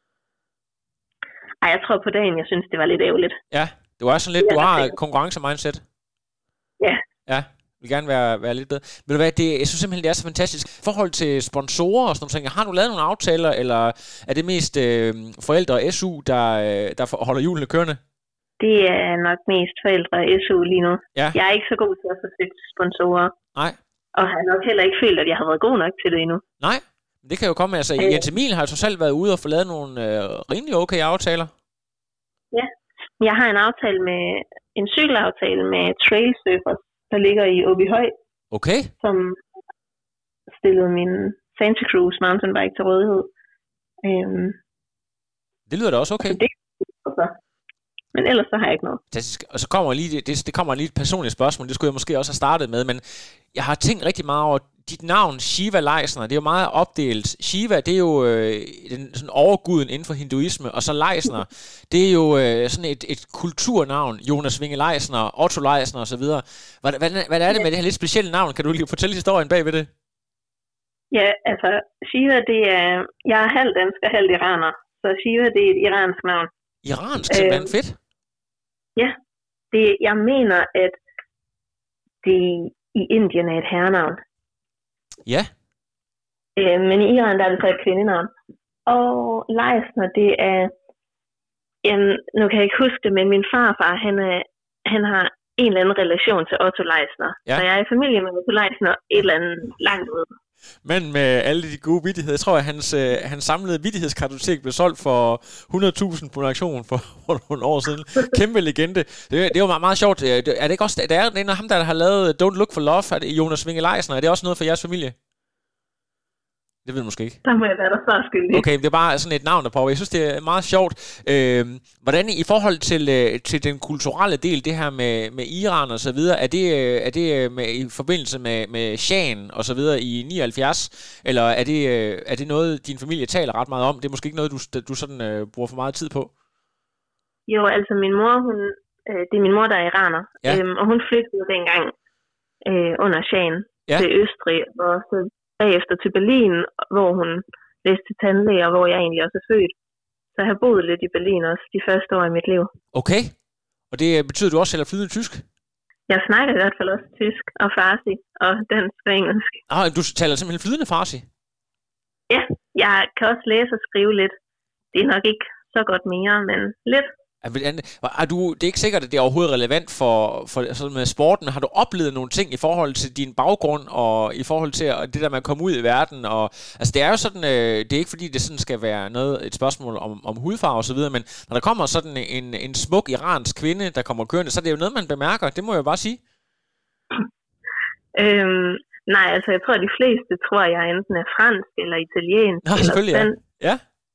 E: Ej, jeg tror på dagen, jeg synes, det var lidt ærgerligt.
D: Ja, det var sådan lidt, du har konkurrence-mindset.
E: Ja.
D: Ja, vil gerne være, være lidt bedre. Men hvad, det, jeg synes simpelthen, det er så fantastisk. I forhold til sponsorer og sådan noget, har du lavet nogle aftaler, eller er det mest øh, forældre og S U, der, der holder hjulene kørende?
E: Det er nok mest forældre og S U lige nu.
D: Ja.
E: Jeg er ikke så god til at få søgt sponsorer.
D: Nej.
E: Og har nok heller ikke følt, at jeg har været god nok til det endnu.
D: Nej, det kan jo komme. Altså, øh. Jens Emil har jo selv været ude og få lavet nogle øh, rimelig okay aftaler.
E: Ja, jeg har en aftale med en cykelaftale med Trail Surfers, der ligger i Åbyhøj.
D: Okay.
E: Som stillede min Santa Cruz mountainbike til rådighed. Øhm,
D: det lyder da også okay.
E: Det, men ellers så har jeg ikke noget.
D: Og så kommer lige, det, det kommer lige et personligt spørgsmål, det skulle jeg måske også have startet med, men jeg har tænkt rigtig meget over dit navn, Shiva Leisner, det er jo meget opdelt. Shiva, det er jo øh, den sådan overguden inden for hinduisme, og så Leisner, det er jo øh, sådan et, et kulturnavn, Jonas Winge Leisner, Otto Leisner osv. Hvad, hvad, hvad er det med det her lidt specielle navn? Kan du lige fortælle historien bag ved det?
E: Ja, altså, Shiva, det er, jeg er halv dansk og halv iraner, så Shiva, det er et iransk navn.
D: Iransk, simpelthen øh, fedt.
E: Ja, det, jeg mener, at det i Indien er et herrenavn.
D: Ja.
E: Øh, men i Iran, der er det så et kvindenavn. Og Leisner, det er, jamen, nu kan jeg ikke huske det, men min farfar, han, er, han har en eller anden relation til Otto Leisner. Ja. Så jeg er i familie med Otto Leisner et eller andet langt ude.
D: Men med alle de gode vittigheder, jeg tror, at hans, øh, hans samlede vittighedskartotek blev solgt for hundrede tusind på en aktion for, for nogle år siden. Kæmpe legende. Det, det er jo meget, meget sjovt. Er det ikke også, det er en af ham, der har lavet Don't Look for Love, er det Jonas Winge Leisner? Er det også noget for jeres familie? Det ved jeg måske ikke.
E: Der må jeg være der så skyldig.
D: Okay, det er bare sådan et navn der på. Jeg synes, det er meget sjovt. Øh, hvordan i forhold til, til den kulturelle del, det her med, med Iran og så videre, er det, er det med, i forbindelse med, med Shahen og så videre i nioghalvfjerds, eller er det, er det noget, din familie taler ret meget om? Det er måske ikke noget, du, du sådan uh, bruger for meget tid på?
E: Jo, altså min mor, hun, øh, det er min mor, der er iraner, ja. øhm, og hun flygtede dengang øh, under Shahen ja. til Østrig, og så bagefter til Berlin, hvor hun læste til tandlæge, og hvor jeg egentlig også er født. Så jeg har boet lidt i Berlin også de første år i mit liv.
D: Okay. Og det betyder, at du også taler flydende tysk?
E: Jeg snakker i hvert fald også tysk og farsi og dansk og engelsk.
D: Ah, du taler simpelthen flydende farsi?
E: Ja, jeg kan også læse og skrive lidt. Det er nok ikke så godt mere, men lidt.
D: Er du, det er ikke sikkert, at det er overhovedet relevant for, for sådan med sporten. Har du oplevet nogle ting i forhold til din baggrund og i forhold til det der med at komme ud i verden? Og, altså det er jo sådan, øh, det er ikke fordi, det sådan skal være noget, et spørgsmål om, om hudfarve og så videre, men når der kommer sådan en, en smuk iransk kvinde, der kommer kørende, så er det jo noget, man bemærker. Det må jeg jo bare sige.
E: Øhm, nej, altså jeg tror, at de fleste tror, at jeg enten er fransk eller italiensk.
D: Nå, selvfølgelig, ja. ja.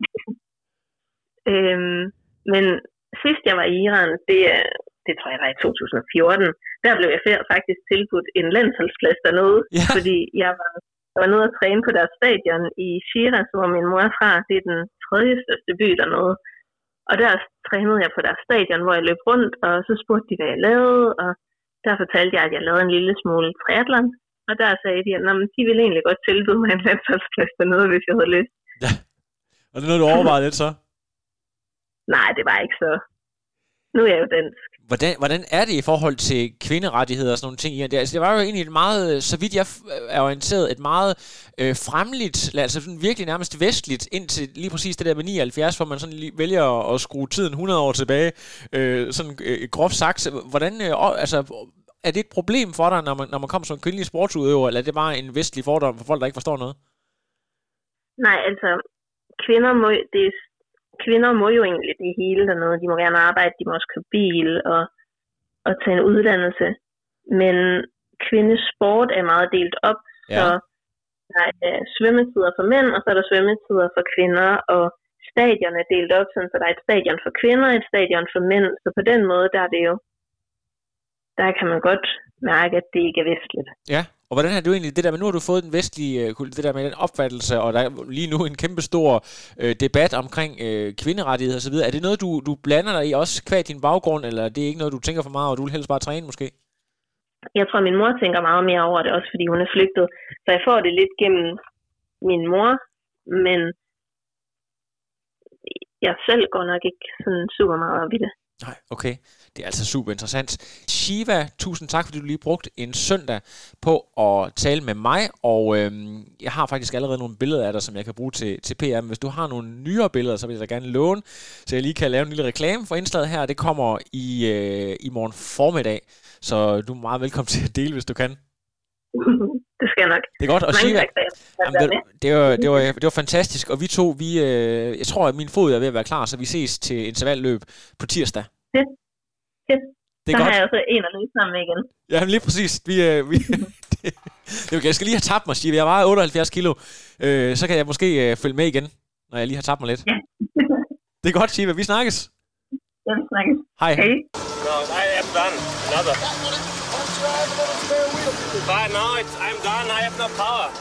E: øhm, men sidst jeg var i Iran, det, det tror jeg var i to tusind og fjorten, der blev jeg faktisk tilbudt en landsholdsplads dernede, ja. fordi jeg var, jeg var nede at træne på deres stadion i Shiraz, hvor min mor er fra. Det er den tredje største by dernede. Og der trænede jeg på deres stadion, hvor jeg løb rundt, og så spurgte de, hvad jeg lavede, og der fortalte jeg, at jeg lavede en lille smule triathlon, og der sagde de, at de ville egentlig godt tilbyde mig en landsholdsplads dernede, hvis jeg havde lyst.
D: Ja. Og det er noget, du overvejede lidt så?
E: Nej, det var ikke så. Nu er jeg jo dansk.
D: Hvordan, hvordan er det i forhold til kvinderettigheder og sådan nogle ting? Det, altså, det var jo egentlig et meget, så vidt jeg er orienteret, et meget øh, fremligt, altså sådan virkelig nærmest vestligt, indtil lige præcis det der med nioghalvfjerds, hvor man sådan lige vælger at, at skrue tiden hundrede år tilbage, øh, sådan øh, groft sagt. Hvordan, øh, altså, er det et problem for dig, når man, når man kommer som kvindelig sportsudøver, eller er det bare en vestlig fordom for folk, der ikke forstår noget?
E: Nej, altså, kvinder må, det er Kvinder må jo egentlig det hele dernede. De må gerne arbejde, de må også køre bil og, og tage en uddannelse. Men kvindesport er meget delt op, ja. Så der er svømmetider for mænd, og så er der svømmetider for kvinder, og stadion er delt op, så der er et stadion for kvinder og et stadion for mænd. Så på den måde, der er det jo, der kan man godt mærke, at det ikke er vestligt.
D: Ja, Og hvordan har du egentlig det der med, nu har du fået den vestlige, det der med den opfattelse, og der er lige nu en kæmpe stor øh, debat omkring øh, kvinderettigheder og så videre. Er det noget, du, du blander dig i også kvad din baggrund, eller er det ikke noget, du tænker for meget, og du vil helst bare træne måske?
E: Jeg tror, min mor tænker meget mere over det, også fordi hun er flygtet. Så jeg får det lidt gennem min mor, men jeg selv går nok ikke sådan super meget op i det.
D: Nej, okay. Det er altså super interessant. Shiva, tusind tak, fordi du lige brugte en søndag på at tale med mig, og øhm, jeg har faktisk allerede nogle billeder af dig, som jeg kan bruge til, til P R. Men hvis du har nogle nyere billeder, så vil jeg da gerne låne, så jeg lige kan lave en lille reklame for indslaget her. Det kommer i, øh, i morgen formiddag, så du er meget velkommen til at dele, hvis du kan.
E: Det skal jeg nok.
D: Det er godt, og Shiva, jamen, det, det, var, det, var, det var fantastisk, og vi to, vi, øh, jeg tror, at min fod er ved at være klar, så vi ses til intervalløb på tirsdag.
E: Ja. Ja.
D: Det er
E: så
D: godt.
E: har jeg også en at løse sammen med igen.
D: Ja, lige præcis. Vi, øh, vi det, det er okay. Jeg skal lige have tabt mig, Shiva. Jeg vejer otteoghalvfjerds kilo. Øh, så kan jeg måske øh, følge med igen, når jeg lige har tabt mig lidt.
E: Ja.
D: Det er godt, Shiva. Vi snakkes.
E: Ja, vi snakkes.
D: Hej.
E: Hej.
F: No, I am done. Another. But no, it's, I'm done. I have no power.